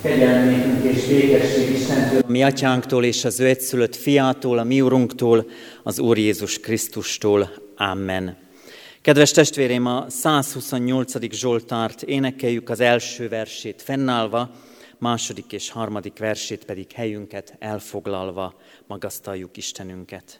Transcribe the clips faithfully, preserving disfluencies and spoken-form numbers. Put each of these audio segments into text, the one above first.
Kegyelem nékünk és békesség Istentől, a mi atyánktól és az ő egyszülött fiától, a mi urunktól, az Úr Jézus Krisztustól. Amen. Kedves testvéreim, a százhuszonnyolcadik Zsoltárt énekeljük, az első versét fennállva, második és harmadik versét pedig helyünket elfoglalva magasztaljuk Istenünket.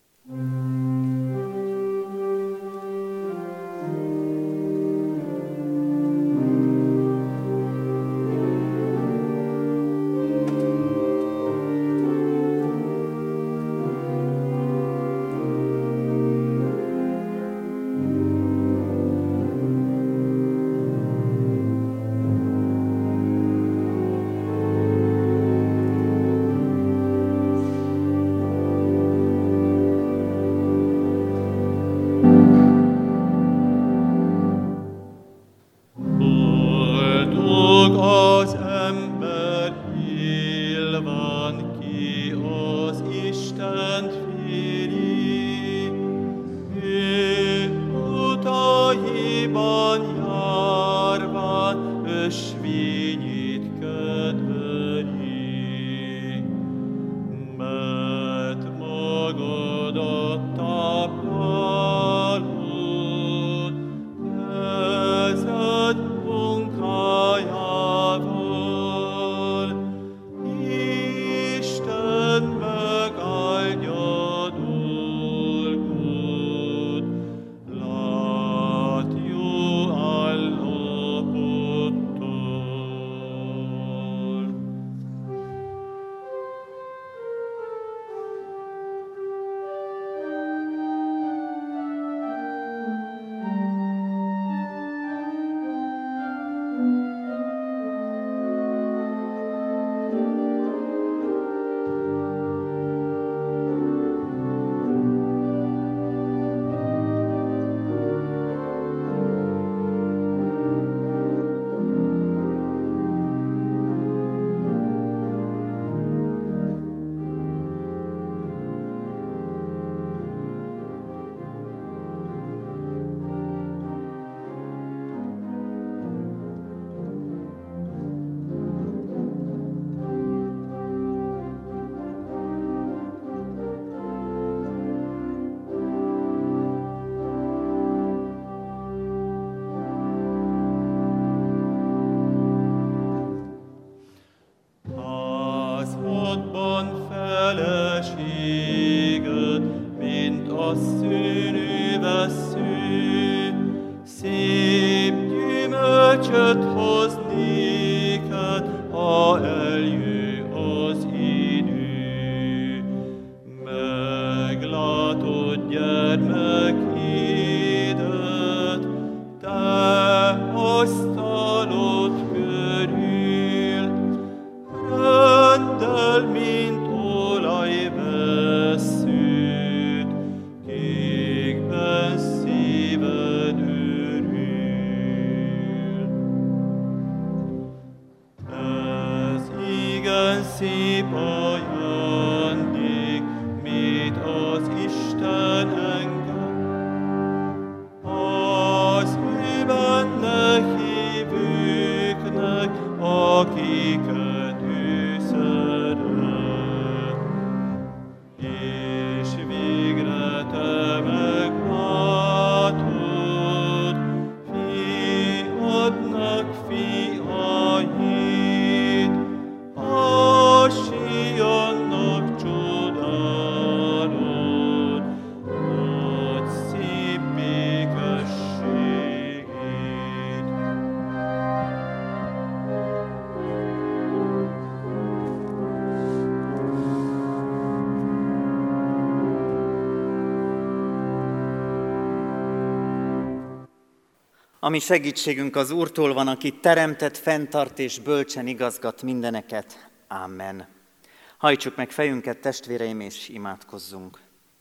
Ami segítségünk az Úrtól van, aki teremtett, fenntart és bölcsen igazgat mindeneket. Amen. Hajtsuk meg fejünket, testvéreim, és imádkozzunk.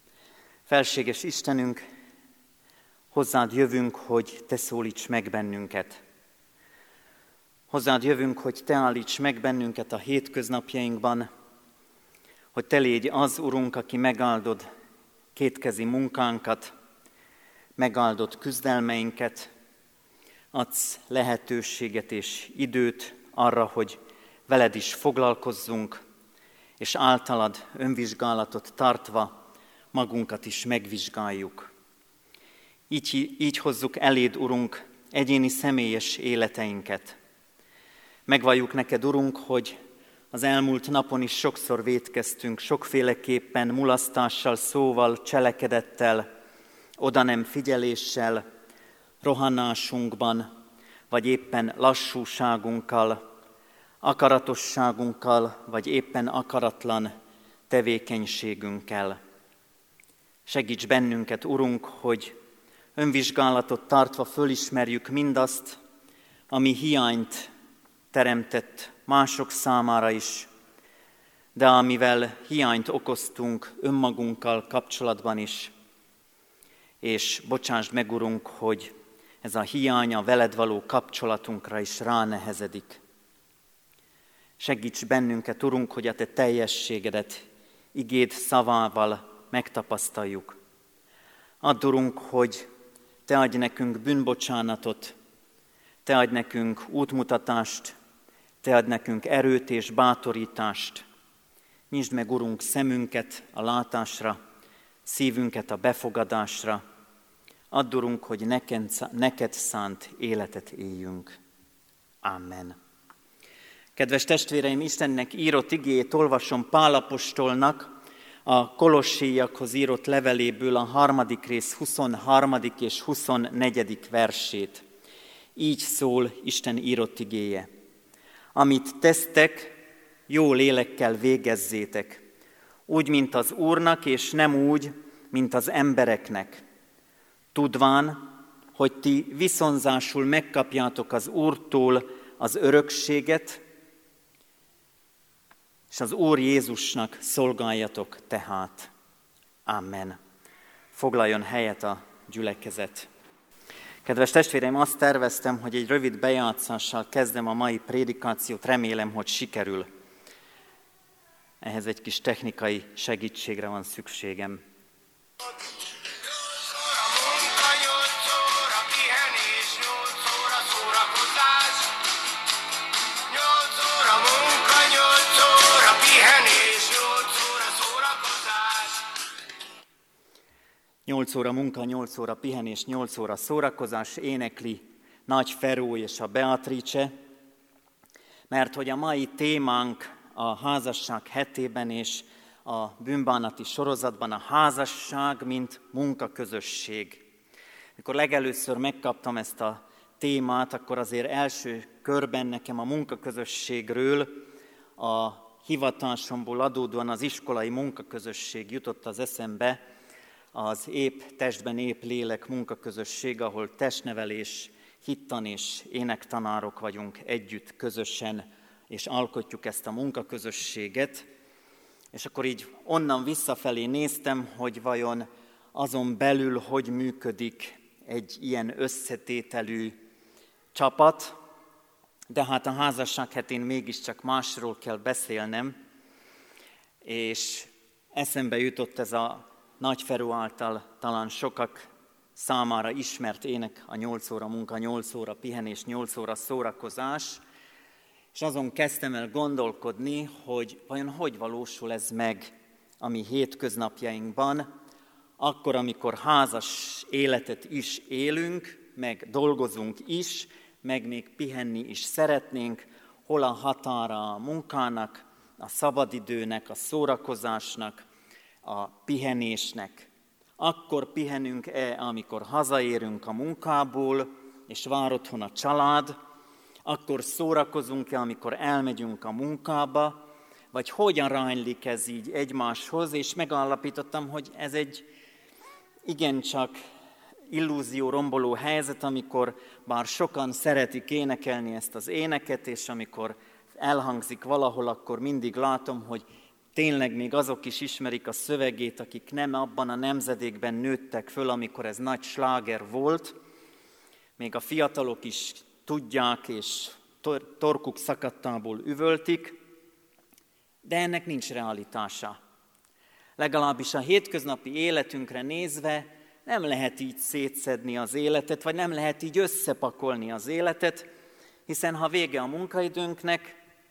Felséges Istenünk, hozzád jövünk, hogy Te szólíts meg bennünket. Hozzád jövünk, hogy Te állíts meg bennünket a hétköznapjainkban, hogy Te légy az, Urunk, aki megáldod kétkezi munkánkat, megáldod küzdelmeinket, adsz lehetőséget és időt arra, hogy veled is foglalkozzunk, és általad önvizsgálatot tartva magunkat is megvizsgáljuk. Így, így hozzuk eléd, Urunk, egyéni személyes életeinket. Megvalljuk neked, Urunk, hogy az elmúlt napon is sokszor vétkeztünk, sokféleképpen mulasztással, szóval, cselekedettel, oda nem figyeléssel, rohanásunkban, vagy éppen lassúságunkkal, akaratosságunkkal, vagy éppen akaratlan tevékenységünkkel. Segíts bennünket, Urunk, hogy önvizsgálatot tartva fölismerjük mindazt, ami hiányt teremtett mások számára is, de amivel hiányt okoztunk önmagunkkal kapcsolatban is. És bocsásd meg, Urunk, hogy ez a hiány a veled való kapcsolatunkra is ránehezedik. Segíts bennünket, Urunk, hogy a te teljességedet igéd szavával megtapasztaljuk. Add, Urunk, hogy te adj nekünk bűnbocsánatot, te adj nekünk útmutatást, te adj nekünk erőt és bátorítást. Nyisd meg, Urunk, szemünket a látásra, szívünket a befogadásra. Add, Urunk, hogy neked, neked szánt életet éljünk. Amen. Kedves testvéreim, Istennek írott igéjét olvasom Pál apostolnak a Kolossaiakhoz írott leveléből a harmadik rész huszonharmadik és huszonnegyedik versét. Így szól Isten írott igéje. Amit tesztek, jó lélekkel végezzétek, úgy, mint az Úrnak, és nem úgy, mint az embereknek. Tudván, hogy ti viszonzásul megkapjátok az Úrtól az örökséget, és az Úr Jézusnak szolgáljatok tehát. Amen. Foglaljon helyet a gyülekezet. Kedves testvéreim, azt terveztem, hogy egy rövid bejátszással kezdem a mai prédikációt, remélem, hogy sikerül. Ehhez egy kis technikai segítségre van szükségem. nyolc óra munka, nyolc óra pihenés, nyolc óra szórakozás, énekli Nagy Feró és a Beatrice, mert hogy a mai témánk a házasság hetében és a bűnbánati sorozatban a házasság, mint munkaközösség. Mikor legelőször megkaptam ezt a témát, akkor azért első körben nekem a munkaközösségről, a hivatásomból adódóan az iskolai munkaközösség jutott az eszembe, az épp testben, épp lélek munkaközösség, ahol testnevelés, hittan és énektanárok vagyunk együtt, közösen, és alkotjuk ezt a munkaközösséget. És akkor így onnan visszafelé néztem, hogy vajon azon belül hogy működik egy ilyen összetételű csapat, de hát a házasság hetén mégiscsak másról kell beszélnem, és eszembe jutott ez a Nagy Feró által talán sokak számára ismert ének, a nyolc óra munka, nyolc óra pihenés, nyolc óra szórakozás, és azon kezdtem el gondolkodni, hogy vajon hogy valósul ez meg a mi hétköznapjainkban, akkor, amikor házas életet is élünk, meg dolgozunk is, meg még pihenni is szeretnénk, hol a határa a munkának, a szabadidőnek, a szórakozásnak, a pihenésnek. Akkor pihenünk-e, amikor hazaérünk a munkából, és vár otthon a család, akkor szórakozunk-e, amikor elmegyünk a munkába, vagy hogyan ránylik ez így egymáshoz, és megállapítottam, hogy ez egy igencsak illúzió romboló helyzet, amikor bár sokan szeretik énekelni ezt az éneket, és amikor elhangzik valahol, akkor mindig látom, hogy tényleg még azok is ismerik a szövegét, akik nem abban a nemzedékben nőttek föl, amikor ez nagy sláger volt. Még a fiatalok is tudják, és tor- torkuk szakadtából üvöltik, de ennek nincs realitása. Legalábbis a hétköznapi életünkre nézve nem lehet így szétszedni az életet, vagy nem lehet így összepakolni az életet, hiszen ha vége a munkaidőnknek,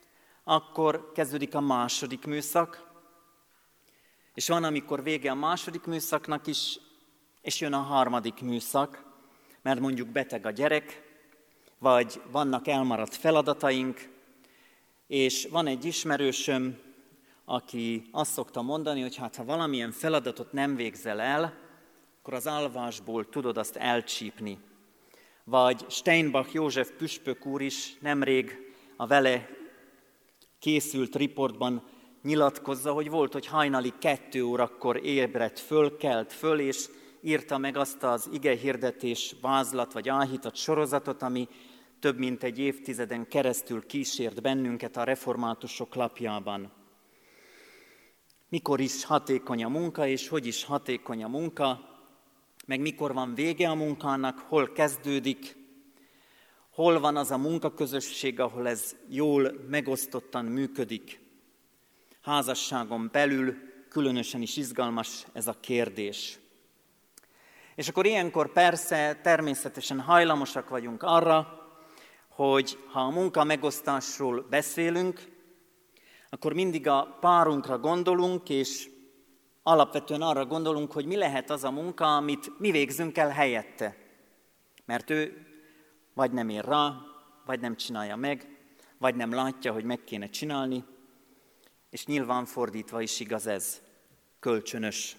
akkor kezdődik a második műszak, és van, amikor vége a második műszaknak is, és jön a harmadik műszak, mert mondjuk beteg a gyerek, vagy vannak elmaradt feladataink, és van egy ismerősöm, aki azt szokta mondani, hogy hát ha valamilyen feladatot nem végzel el, akkor az alvásból tudod azt elcsípni. Vagy Steinbach József püspök úr is nemrég a vele készült riportban nyilatkozza, hogy volt, hogy hajnali kettő órakor ébredt föl, kelt föl, és írta meg azt az igehirdetés vázlat vagy áhítat sorozatot, ami több mint egy évtizeden keresztül kísért bennünket a reformátusok lapjában. Mikor is hatékony a munka, és hogy is hatékony a munka, meg mikor van vége a munkának, hol kezdődik, hol van az a munkaközösség, ahol ez jól megosztottan működik. Házasságon belül különösen is izgalmas ez a kérdés. És akkor ilyenkor persze természetesen hajlamosak vagyunk arra, hogy ha a munka megosztásról beszélünk, akkor mindig a párunkra gondolunk, és alapvetően arra gondolunk, hogy mi lehet az a munka, amit mi végzünk el helyette. Mert ő vagy nem ér rá, vagy nem csinálja meg, vagy nem látja, hogy meg kéne csinálni, és nyilván fordítva is igaz ez, kölcsönös.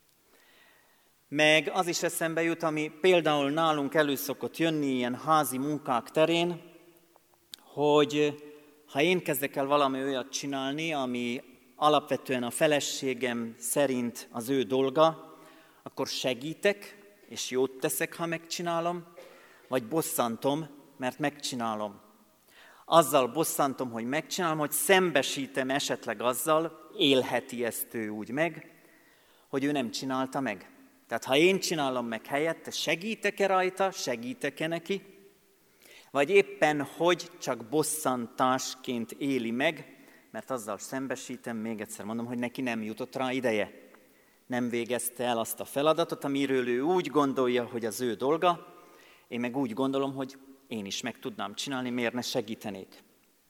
Meg az is eszembe jut, ami például nálunk elő szokott jönni ilyen házi munkák terén, hogy ha én kezdek el valami olyat csinálni, ami alapvetően a feleségem szerint az ő dolga, akkor segítek, és jót teszek, ha megcsinálom, vagy bosszantom, mert megcsinálom. Azzal bosszantom, hogy megcsinálom, hogy szembesítem esetleg azzal, élheti ezt ő úgy meg, hogy ő nem csinálta meg. Tehát ha én csinálom meg helyette, segítek-e rajta, segítek-e neki, vagy éppen hogy csak bosszantásként éli meg, mert azzal szembesítem, még egyszer mondom, hogy neki nem jutott rá ideje. Nem végezte el azt a feladatot, amiről ő úgy gondolja, hogy az ő dolga, én meg úgy gondolom, hogy én is meg tudnám csinálni, miért ne segítenék.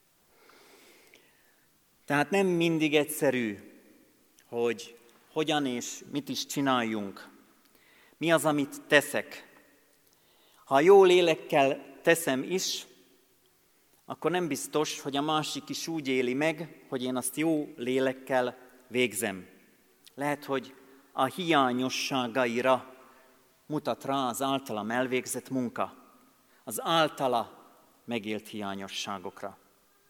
Tehát nem mindig egyszerű, hogy hogyan és mit is csináljunk. Mi az, amit teszek? Ha jó lélekkel teszem is, akkor nem biztos, hogy a másik is úgy éli meg, hogy én azt jó lélekkel végzem. Lehet, hogy a hiányosságaira mutat rá az általam elvégzett munka, az általa megélt hiányosságokra.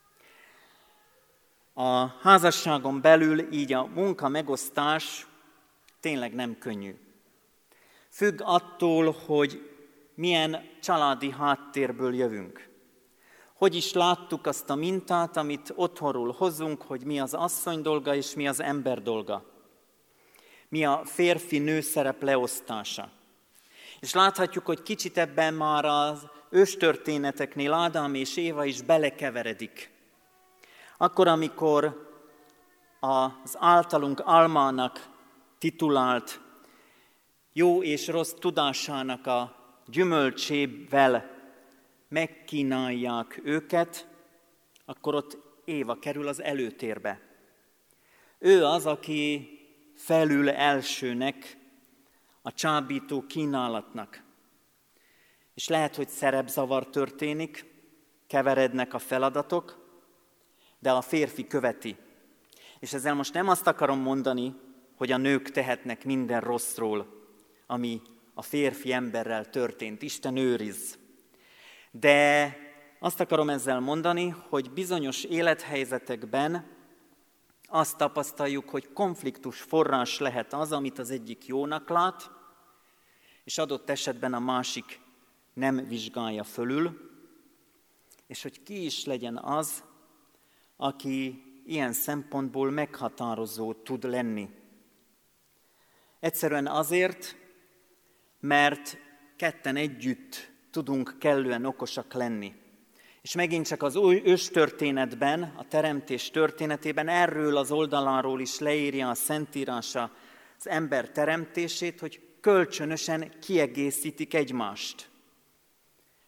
A házasságon belül így a munka megosztás tényleg nem könnyű. Függ attól, hogy milyen családi háttérből jövünk. Hogy is láttuk azt a mintát, amit otthonról hozunk, hogy mi az asszony dolga és mi az ember dolga. Mi a férfi-nő szerep leosztása. És láthatjuk, hogy kicsit ebben már az őstörténeteknél Ádám és Éva is belekeveredik. Akkor, amikor az általunk almának titulált jó és rossz tudásának a gyümölcsével megkínálják őket, akkor ott Éva kerül az előtérbe. Ő az, aki felül elsőnek a csábító kínálatnak. És lehet, hogy szerepzavar történik, keverednek a feladatok, de a férfi követi. És ezzel most nem azt akarom mondani, hogy a nők tehetnek minden rosszról, ami a férfi emberrel történt. Isten őrizz! De azt akarom ezzel mondani, hogy bizonyos élethelyzetekben azt tapasztaljuk, hogy konfliktus forrás lehet az, amit az egyik jónak lát, és adott esetben a másik nem vizsgálja fölül, és hogy ki is legyen az, aki ilyen szempontból meghatározó tud lenni. Egyszerűen azért, mert ketten együtt tudunk kellően okosak lenni. És megint csak az új őstörténetben, a teremtés történetében erről az oldaláról is leírja a Szentírása az ember teremtését, hogy kölcsönösen kiegészítik egymást.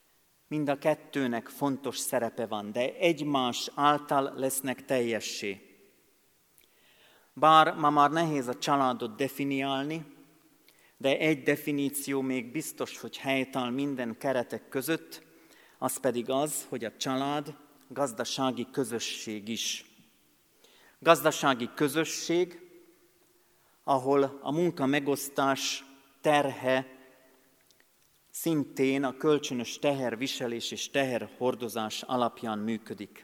mind a kettőnek fontos szerepe van, de egymás által lesznek teljessé. Bár ma már nehéz a családot definiálni, de egy definíció még biztos, hogy helytáll minden keretek között, az pedig az, hogy a család gazdasági közösség is. Gazdasági közösség, ahol a munka megosztás terhe szintén a kölcsönös teherviselés és teherhordozás alapján működik.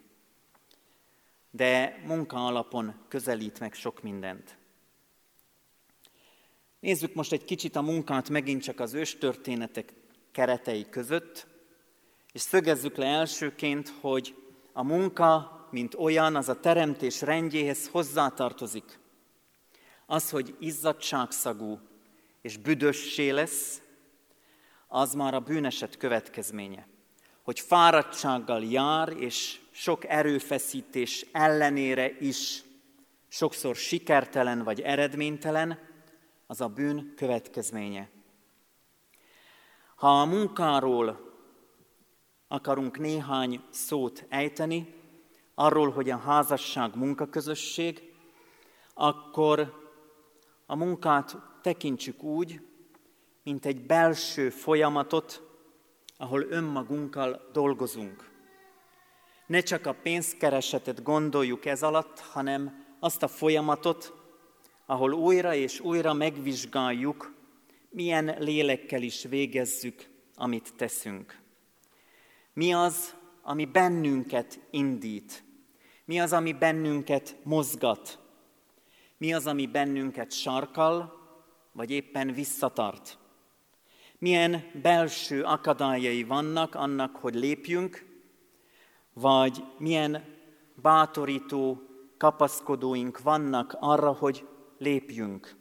De munka alapon közelít meg sok mindent. Nézzük most egy kicsit a munkát megint csak az őstörténetek keretei között, és szögezzük le elsőként, hogy a munka, mint olyan, az a teremtés rendjéhez hozzátartozik. Az, hogy izzadságszagú és büdössé lesz, az már a bűneset következménye. Hogy fáradtsággal jár, és sok erőfeszítés ellenére is sokszor sikertelen vagy eredménytelen, az a bűn következménye. Ha a munkáról akarunk néhány szót ejteni, arról, hogy a házasság munkaközösség, akkor a munkát tekintsük úgy, mint egy belső folyamatot, ahol önmagunkkal dolgozunk. Ne csak a pénzkeresetet gondoljuk ez alatt, hanem azt a folyamatot, ahol újra és újra megvizsgáljuk, milyen lélekkel is végezzük, amit teszünk. Mi az, ami bennünket indít? Mi az, ami bennünket mozgat? Mi az, ami bennünket sarkal, vagy éppen visszatart? Milyen belső akadályai vannak annak, hogy lépjünk, vagy milyen bátorító kapaszkodóink vannak arra, hogy lépjünk.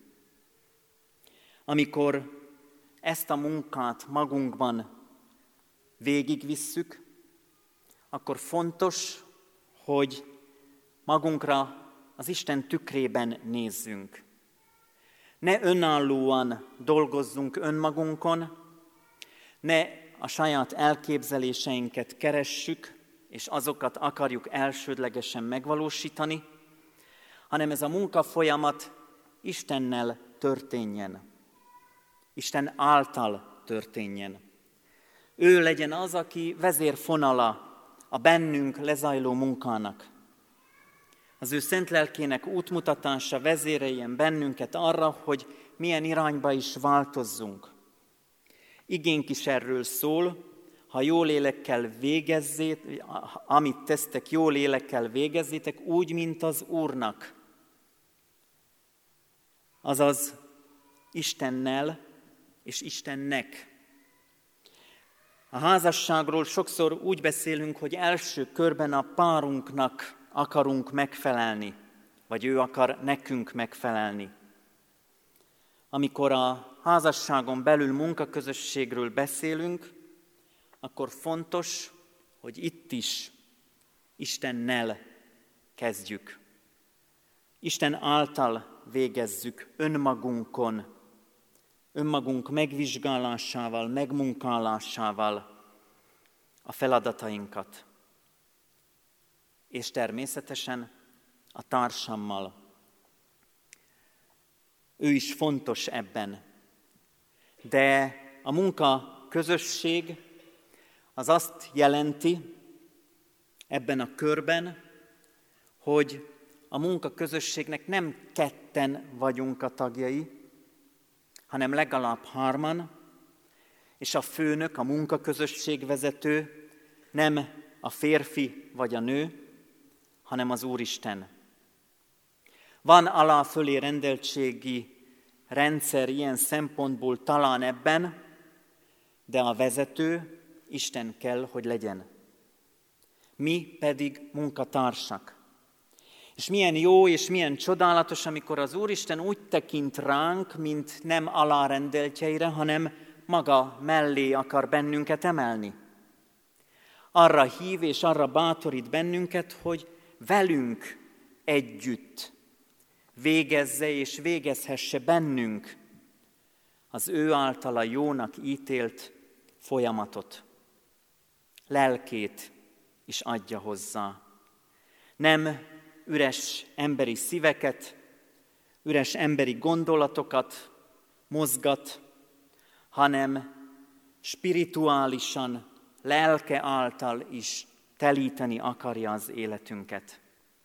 Amikor ezt a munkát magunkban végigvisszük, akkor fontos, hogy magunkra az Isten tükrében nézzünk. Ne önállóan dolgozzunk önmagunkon, ne a saját elképzeléseinket keressük, és azokat akarjuk elsődlegesen megvalósítani, hanem ez a munkafolyamat Istennel történjen. Isten által történjen. Ő legyen az, aki vezérfonala a bennünk lezajló munkának. Az ő szent lelkének útmutatása vezéreljen bennünket arra, hogy milyen irányba is változzunk. Igénk is erről szól, ha jó lélekkel végezzét, amit tesztek, jó lélekkel végezzétek, úgy, mint az Úrnak. Azaz Istennel és Istennek. A házasságról sokszor úgy beszélünk, hogy első körben a párunknak akarunk megfelelni, vagy ő akar nekünk megfelelni. Amikor a házasságon belül munkaközösségről beszélünk, akkor fontos, hogy itt is Istennel kezdjük. Isten által végezzük önmagunkon, önmagunk megvizsgálásával, megmunkálásával a feladatainkat. És természetesen a társammal. Ő is fontos ebben. De a munka közösség az azt jelenti ebben a körben, hogy a munka közösségnek nem ketten vagyunk a tagjai, hanem legalább hárman, és a főnök, a munkaközösség vezető nem a férfi vagy a nő, hanem az Úristen. Van alá-fölé rendeltségi rendszer ilyen szempontból talán ebben, de a vezető Isten kell, hogy legyen. Mi pedig munkatársak. És milyen jó és milyen csodálatos, amikor az Úristen úgy tekint ránk, mint nem alárendeltjeire, hanem maga mellé akar bennünket emelni. Arra hív és arra bátorít bennünket, hogy velünk együtt végezze és végezhesse bennünk az ő általa jónak ítélt folyamatot. lelkét is adja hozzá. Nem üres emberi szíveket, üres emberi gondolatokat mozgat, hanem spirituálisan, lelke által is telíteni akarja az életünket.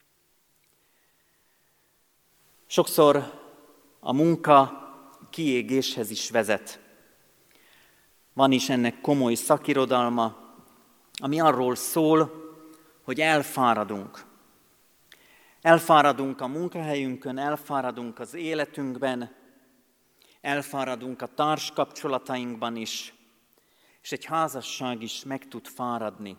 Sokszor a munka kiégéshez is vezet. Van is ennek komoly szakirodalma, ami arról szól, hogy elfáradunk. Elfáradunk a munkahelyünkön, elfáradunk az életünkben, elfáradunk a társkapcsolatainkban is, és egy házasság is meg tud fáradni.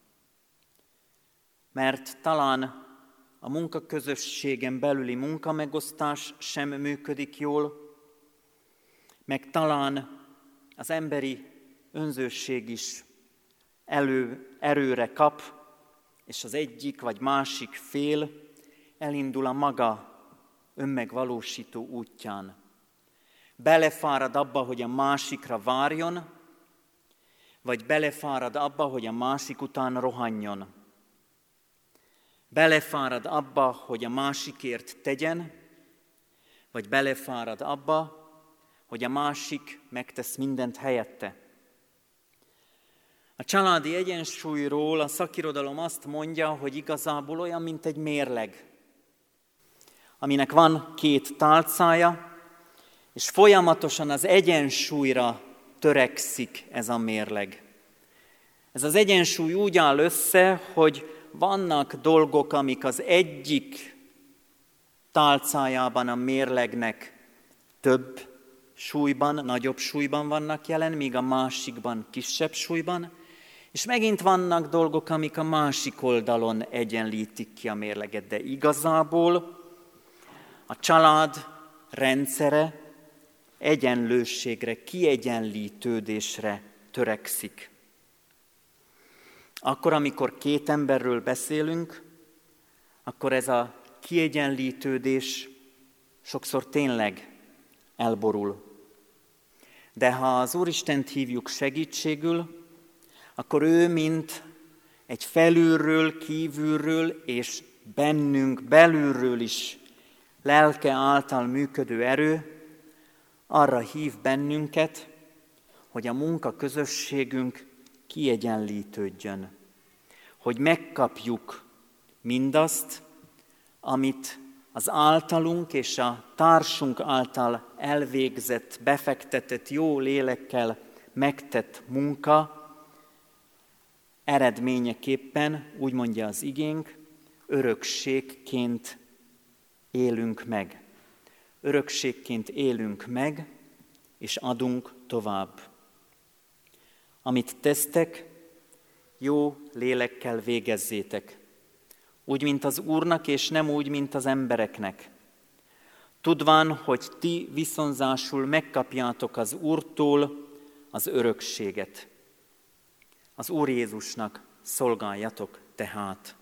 Mert talán a munkaközösségen belüli munkamegosztás sem működik jól, meg talán az emberi önzőség is elő, erőre kap, és az egyik vagy másik fél elindul a maga önmegvalósító útján. Belefárad abba, hogy a másikra várjon, vagy belefárad abba, hogy a másik után rohanjon. Belefárad abba, hogy a másikért tegyen, vagy belefárad abba, hogy a másik megtesz mindent helyette. A családi egyensúlyról a szakirodalom azt mondja, hogy igazából olyan, mint egy mérleg, aminek van két tálcája, és folyamatosan az egyensúlyra törekszik ez a mérleg. Ez az egyensúly úgy áll össze, hogy vannak dolgok, amik az egyik tálcájában a mérlegnek több súlyban, nagyobb súlyban vannak jelen, míg a másikban kisebb súlyban, és megint vannak dolgok, amik a másik oldalon egyenlítik ki a mérleget, de igazából a család rendszere egyenlőségre, kiegyenlítődésre törekszik. Akkor, amikor két emberről beszélünk, akkor ez a kiegyenlítődés sokszor tényleg elborul. De ha az Úristent hívjuk segítségül, akkor ő, mint egy felülről, kívülről és bennünk belülről is lelke által működő erő, arra hív bennünket, hogy a munkaközösségünk kiegyenlítődjön, hogy megkapjuk mindazt, amit az általunk és a társunk által elvégzett, befektetett, jó lélekkel megtett munka eredményeképpen, úgy mondja az igénk, örökségként élünk meg. Örökségként élünk meg, és adunk tovább. Amit tesztek, jó lélekkel végezzétek. Úgy, mint az Úrnak, és nem úgy, mint az embereknek. Tudván, hogy ti viszonzásul megkapjátok az Úrtól az örökséget. Az Úr Jézusnak szolgáljatok tehát.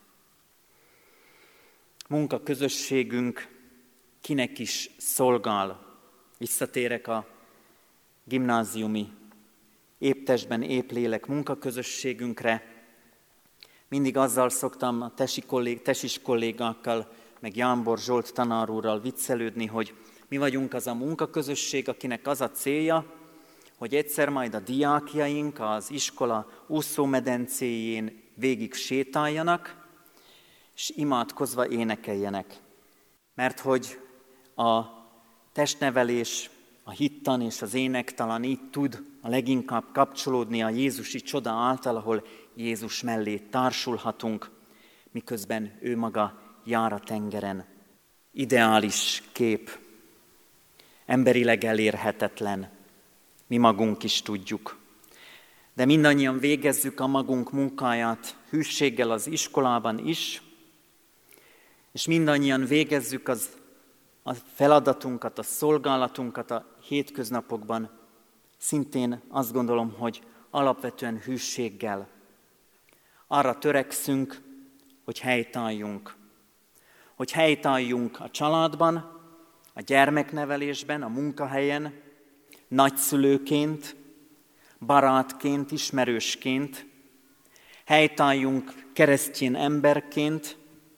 Munkaközösségünk kinek is szolgál. Visszatérek a gimnáziumi épp testben, épp lélek munkaközösségünkre. Mindig azzal szoktam a tesi kollég, tesis kollégákkal, meg Jánbor Zsolt tanár úrral viccelődni, hogy mi vagyunk az a munkaközösség, akinek az a célja, hogy egyszer majd a diákjaink az iskola úszómedencéjén végig sétáljanak, és imádkozva énekeljenek. Mert hogy a testnevelés, a hittan és az ének talán így tud a leginkább kapcsolódni a jézusi csoda által, ahol Jézus mellé társulhatunk, miközben ő maga jár a tengeren. Ideális kép, emberileg elérhetetlen, mi magunk is tudjuk. De mindannyian végezzük a magunk munkáját hűséggel az iskolában is, és mindannyian végezzük az, a feladatunkat, a szolgálatunkat a hétköznapokban, szintén azt gondolom, hogy alapvetően hűséggel. Arra törekszünk, hogy helytálljunk. Hogy helytálljunk a családban, a gyermeknevelésben, a munkahelyen, nagyszülőként, barátként, ismerősként. helytálljunk keresztény emberként,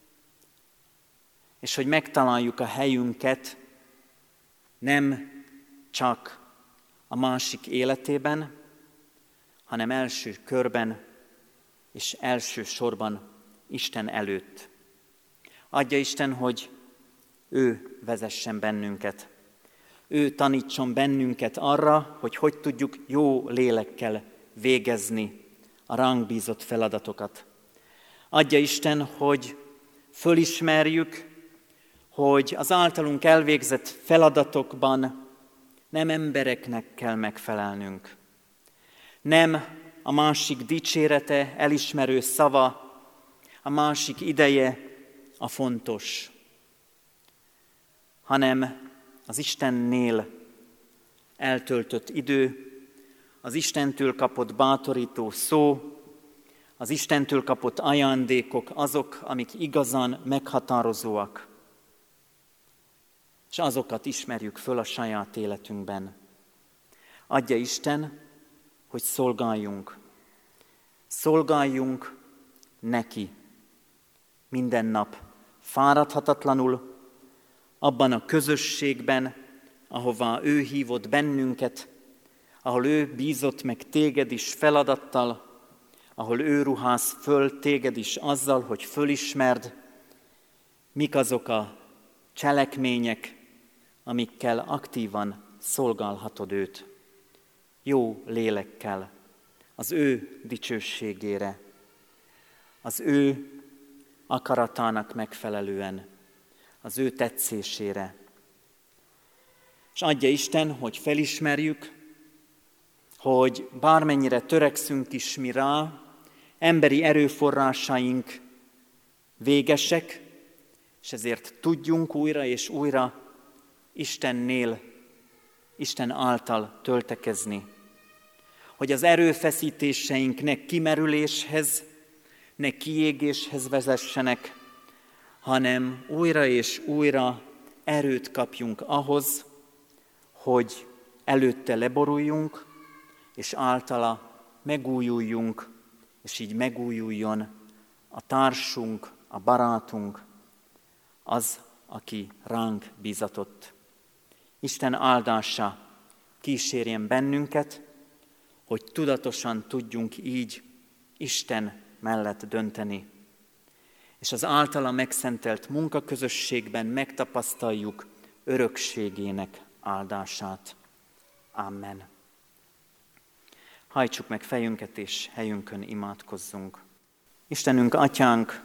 és hogy megtaláljuk a helyünket nem csak a másik életében, hanem első körben és első sorban Isten előtt. Adja Isten, hogy ő vezessen bennünket. Ő tanítson bennünket arra, hogy hogy tudjuk jó lélekkel végezni a ránk bízott feladatokat. Adja Isten, hogy fölismerjük, hogy az általunk elvégzett feladatokban nem embereknek kell megfelelnünk. Nem a másik dicsérete, elismerő szava, a másik ideje a fontos, hanem az Istennél eltöltött idő, az Istentől kapott bátorító szó, az Istentől kapott ajándékok azok, amik igazán meghatározóak, és azokat ismerjük föl a saját életünkben. Adja Isten, hogy szolgáljunk. Szolgáljunk neki minden nap, fáradhatatlanul, abban a közösségben, ahová ő hívott bennünket, ahol ő bízott meg téged is feladattal, ahol ő ruház föl téged is azzal, hogy fölismerd, mik azok a cselekmények, amikkel aktívan szolgálhatod őt. Jó lélekkel, az ő dicsőségére, az ő akaratának megfelelően, az ő tetszésére. És adja Isten, hogy felismerjük, hogy bármennyire törekszünk is mi rá, emberi erőforrásaink végesek, és ezért tudjunk újra és újra Istennél, Isten által töltekezni. Hogy az erőfeszítéseink ne kimerüléshez, ne kiégéshez vezessenek, hanem újra és újra erőt kapjunk ahhoz, hogy előtte leboruljunk, és általa megújuljunk, és így megújuljon a társunk, a barátunk, az, aki ránk bízatott. Isten áldása kísérjen bennünket, hogy tudatosan tudjunk így Isten mellett dönteni, és az általa megszentelt munkaközösségben megtapasztaljuk örökségének áldását. Amen. Hajtsuk meg fejünket, és helyünkön imádkozzunk. Istenünk, Atyánk,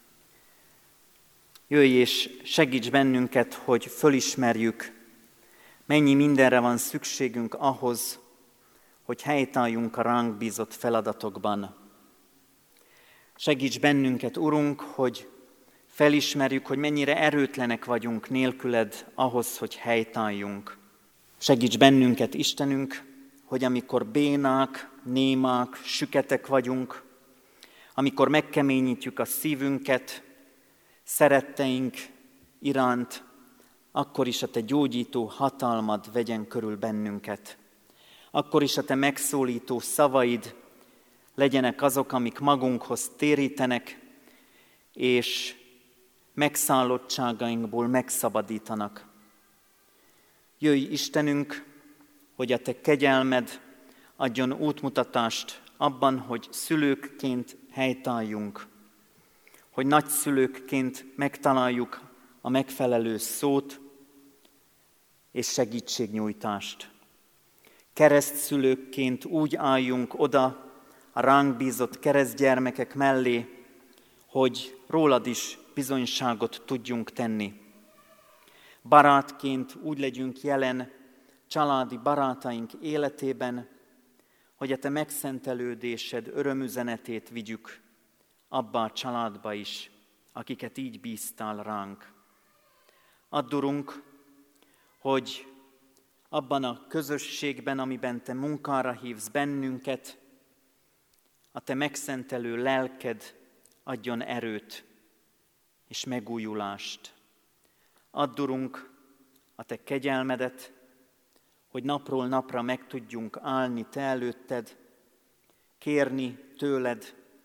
jöjj és segíts bennünket, hogy fölismerjük, mennyi mindenre van szükségünk ahhoz, hogy helytálljunk a ránk bízott feladatokban. Segíts bennünket, Urunk, hogy felismerjük, hogy mennyire erőtlenek vagyunk nélküled ahhoz, hogy helytálljunk. Segíts bennünket, Istenünk, hogy amikor bénák, némák, süketek vagyunk, amikor megkeményítjük a szívünket szeretteink iránt, akkor is a Te gyógyító hatalmad vegyen körül bennünket. Akkor is a Te megszólító szavaid legyenek azok, amik magunkhoz térítenek, és megszállottságainkból megszabadítanak. Jöjj, Istenünk, hogy a Te kegyelmed adjon útmutatást abban, hogy szülőkként helytálljunk, hogy nagyszülőkként megtaláljuk a megfelelő szót és segítségnyújtást. Keresztszülőkként úgy álljunk oda a ránk bízott keresztgyermekek mellé, hogy rólad is bizonyságot tudjunk tenni. Barátként úgy legyünk jelen családi barátaink életében, hogy a Te megszentelődésed örömüzenetét vigyük abba a családba is, akiket így bíztál ránk. Add, Urunk, hogy abban a közösségben, amiben Te munkára hívsz bennünket, a Te megszentelő lelked adjon erőt és megújulást. Add, Urunk, a Te kegyelmedet, hogy napról napra meg tudjunk állni Te előtted, kérni tőled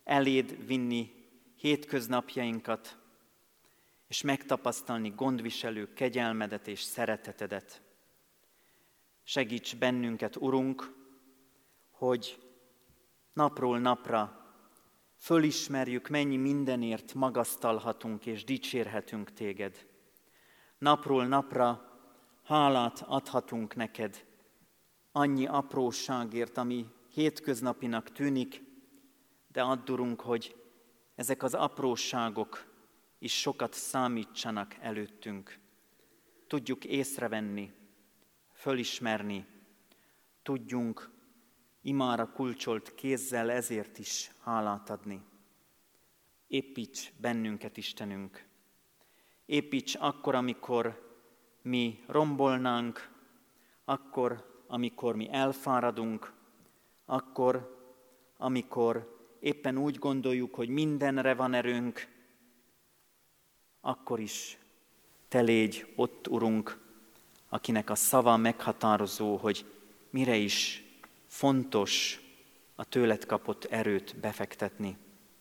eléd vinni hétköznapjainkat, és megtapasztalni gondviselő kegyelmedet és szeretetedet. Segíts bennünket, Urunk, hogy napról napra fölismerjük, mennyi mindenért magasztalhatunk és dicsérhetünk téged. Napról napra hálát adhatunk neked, annyi apróságért, ami hétköznapinak tűnik, de add, Urunk, hogy ezek az apróságok is sokat számítsanak előttünk. Tudjuk észrevenni, fölismerni, tudjunk imára kulcsolt kézzel ezért is hálát adni. Építs bennünket, Istenünk! Építs akkor, amikor mi rombolnánk, akkor, amikor mi elfáradunk, akkor, amikor éppen úgy gondoljuk, hogy mindenre van erőnk, akkor is te légy ott, Urunk, akinek a szava meghatározó, hogy mire is fontos a tőled kapott erőt befektetni.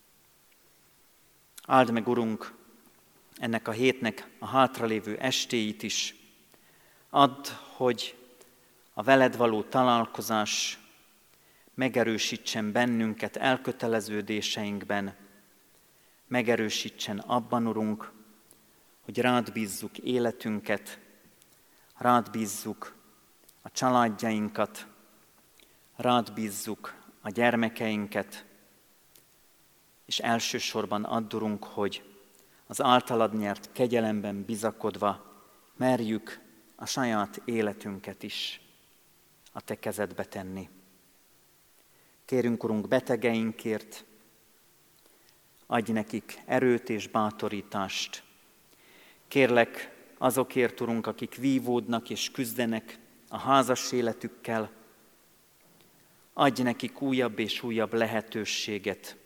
Áld meg, Urunk, ennek a hétnek a hátralévő estéit is. Add, hogy a veled való találkozás megerősítsen bennünket elköteleződéseinkben, megerősítsen abban, Urunk, hogy rád bízzuk életünket, rád bízzuk a családjainkat, rád bízzuk a gyermekeinket, és elsősorban add, Urunk, hogy az általad nyert kegyelemben bizakodva merjük a saját életünket is a te kezedbe tenni. Kérünk, Urunk, betegeinkért, adj nekik erőt és bátorítást. Kérlek azokért, Urunk, akik vívódnak és küzdenek a házas életükkel, adj nekik újabb és újabb lehetőséget.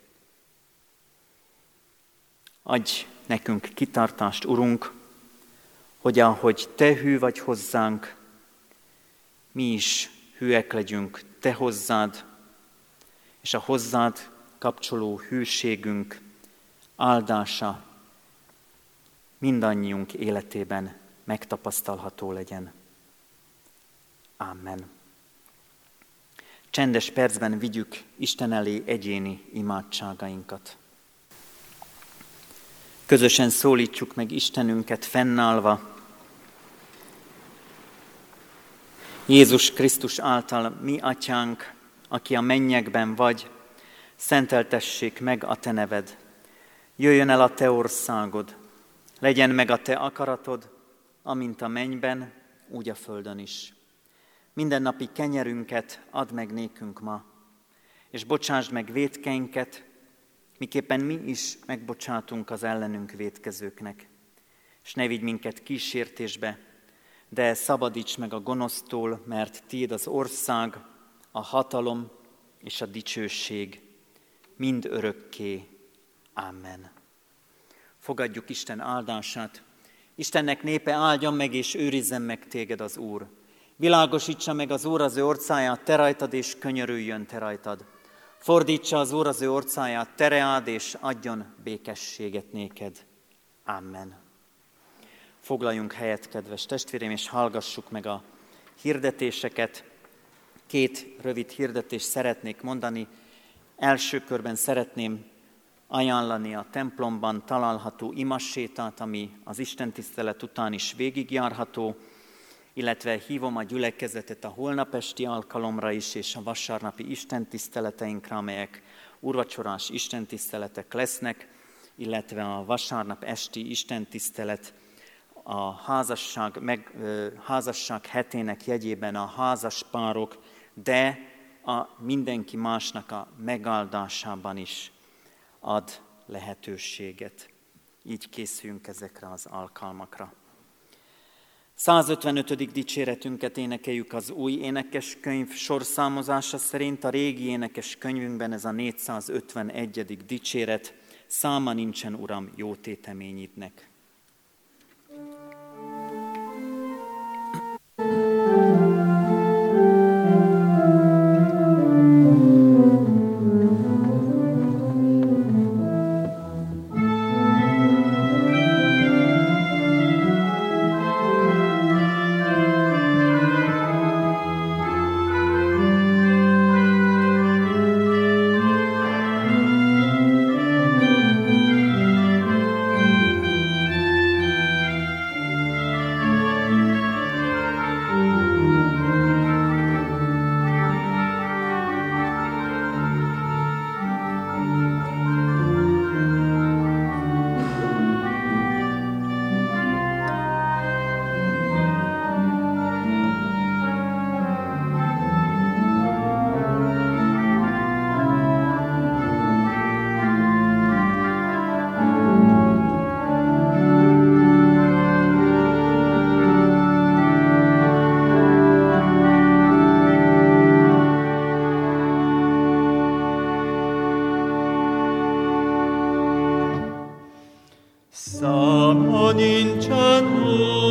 Adj nekünk kitartást, Urunk, hogy ahogy te hű vagy hozzánk, mi is hűek legyünk te hozzád, és a hozzád kapcsoló hűségünk áldása mindannyiunk életében megtapasztalható legyen. Amen. Csendes percben vigyük Isten elé egyéni imádságainkat. Közösen szólítsuk meg Istenünket fennállva. Jézus Krisztus által, mi Atyánk, aki a mennyekben vagy, szenteltessék meg a te neved. Jöjjön el a te országod, legyen meg a te akaratod, amint a mennyben, úgy a földön is. Mindennapi kenyerünket add meg nékünk ma, és bocsásd meg vétkeinket, miképpen mi is megbocsátunk az ellenünk vétkezőknek. És ne vigy minket kísértésbe, de szabadíts meg a gonosztól, mert tiéd az ország, a hatalom és a dicsőség mind örökké. Amen. Fogadjuk Isten áldását. Istennek népe, áldjon meg és őrizzen meg téged az Úr. Világosítsa meg az Úr az ő orcáját te rajtad, és könyörüljön te rajtad. Fordítsa az Úr az ő orcáját te reád, és adjon békességet néked. Amen. Foglaljunk helyet, kedves testvérem, és hallgassuk meg a hirdetéseket. Két rövid hirdetést szeretnék mondani. Első körben szeretném ajánlani a templomban található imasétát, ami az istentisztelet után is végigjárható, illetve hívom a gyülekezetet a holnapesti alkalomra is, és a vasárnapi istentiszteleteinkre, amelyek úrvacsorás istentiszteletek lesznek, illetve a vasárnap esti istentisztelet a házasság, meg, házasság hetének jegyében a házaspárok, de a mindenki másnak a megáldásában is ad lehetőséget. Így készüljünk ezekre az alkalmakra. százötvenötödik dicséretünket énekeljük az új énekeskönyv sorszámozása szerint. A régi énekeskönyvünkben ez a négyszázötvenegyedik dicséret. Száma nincsen, Uram, jó téteményidnek. csak úgy.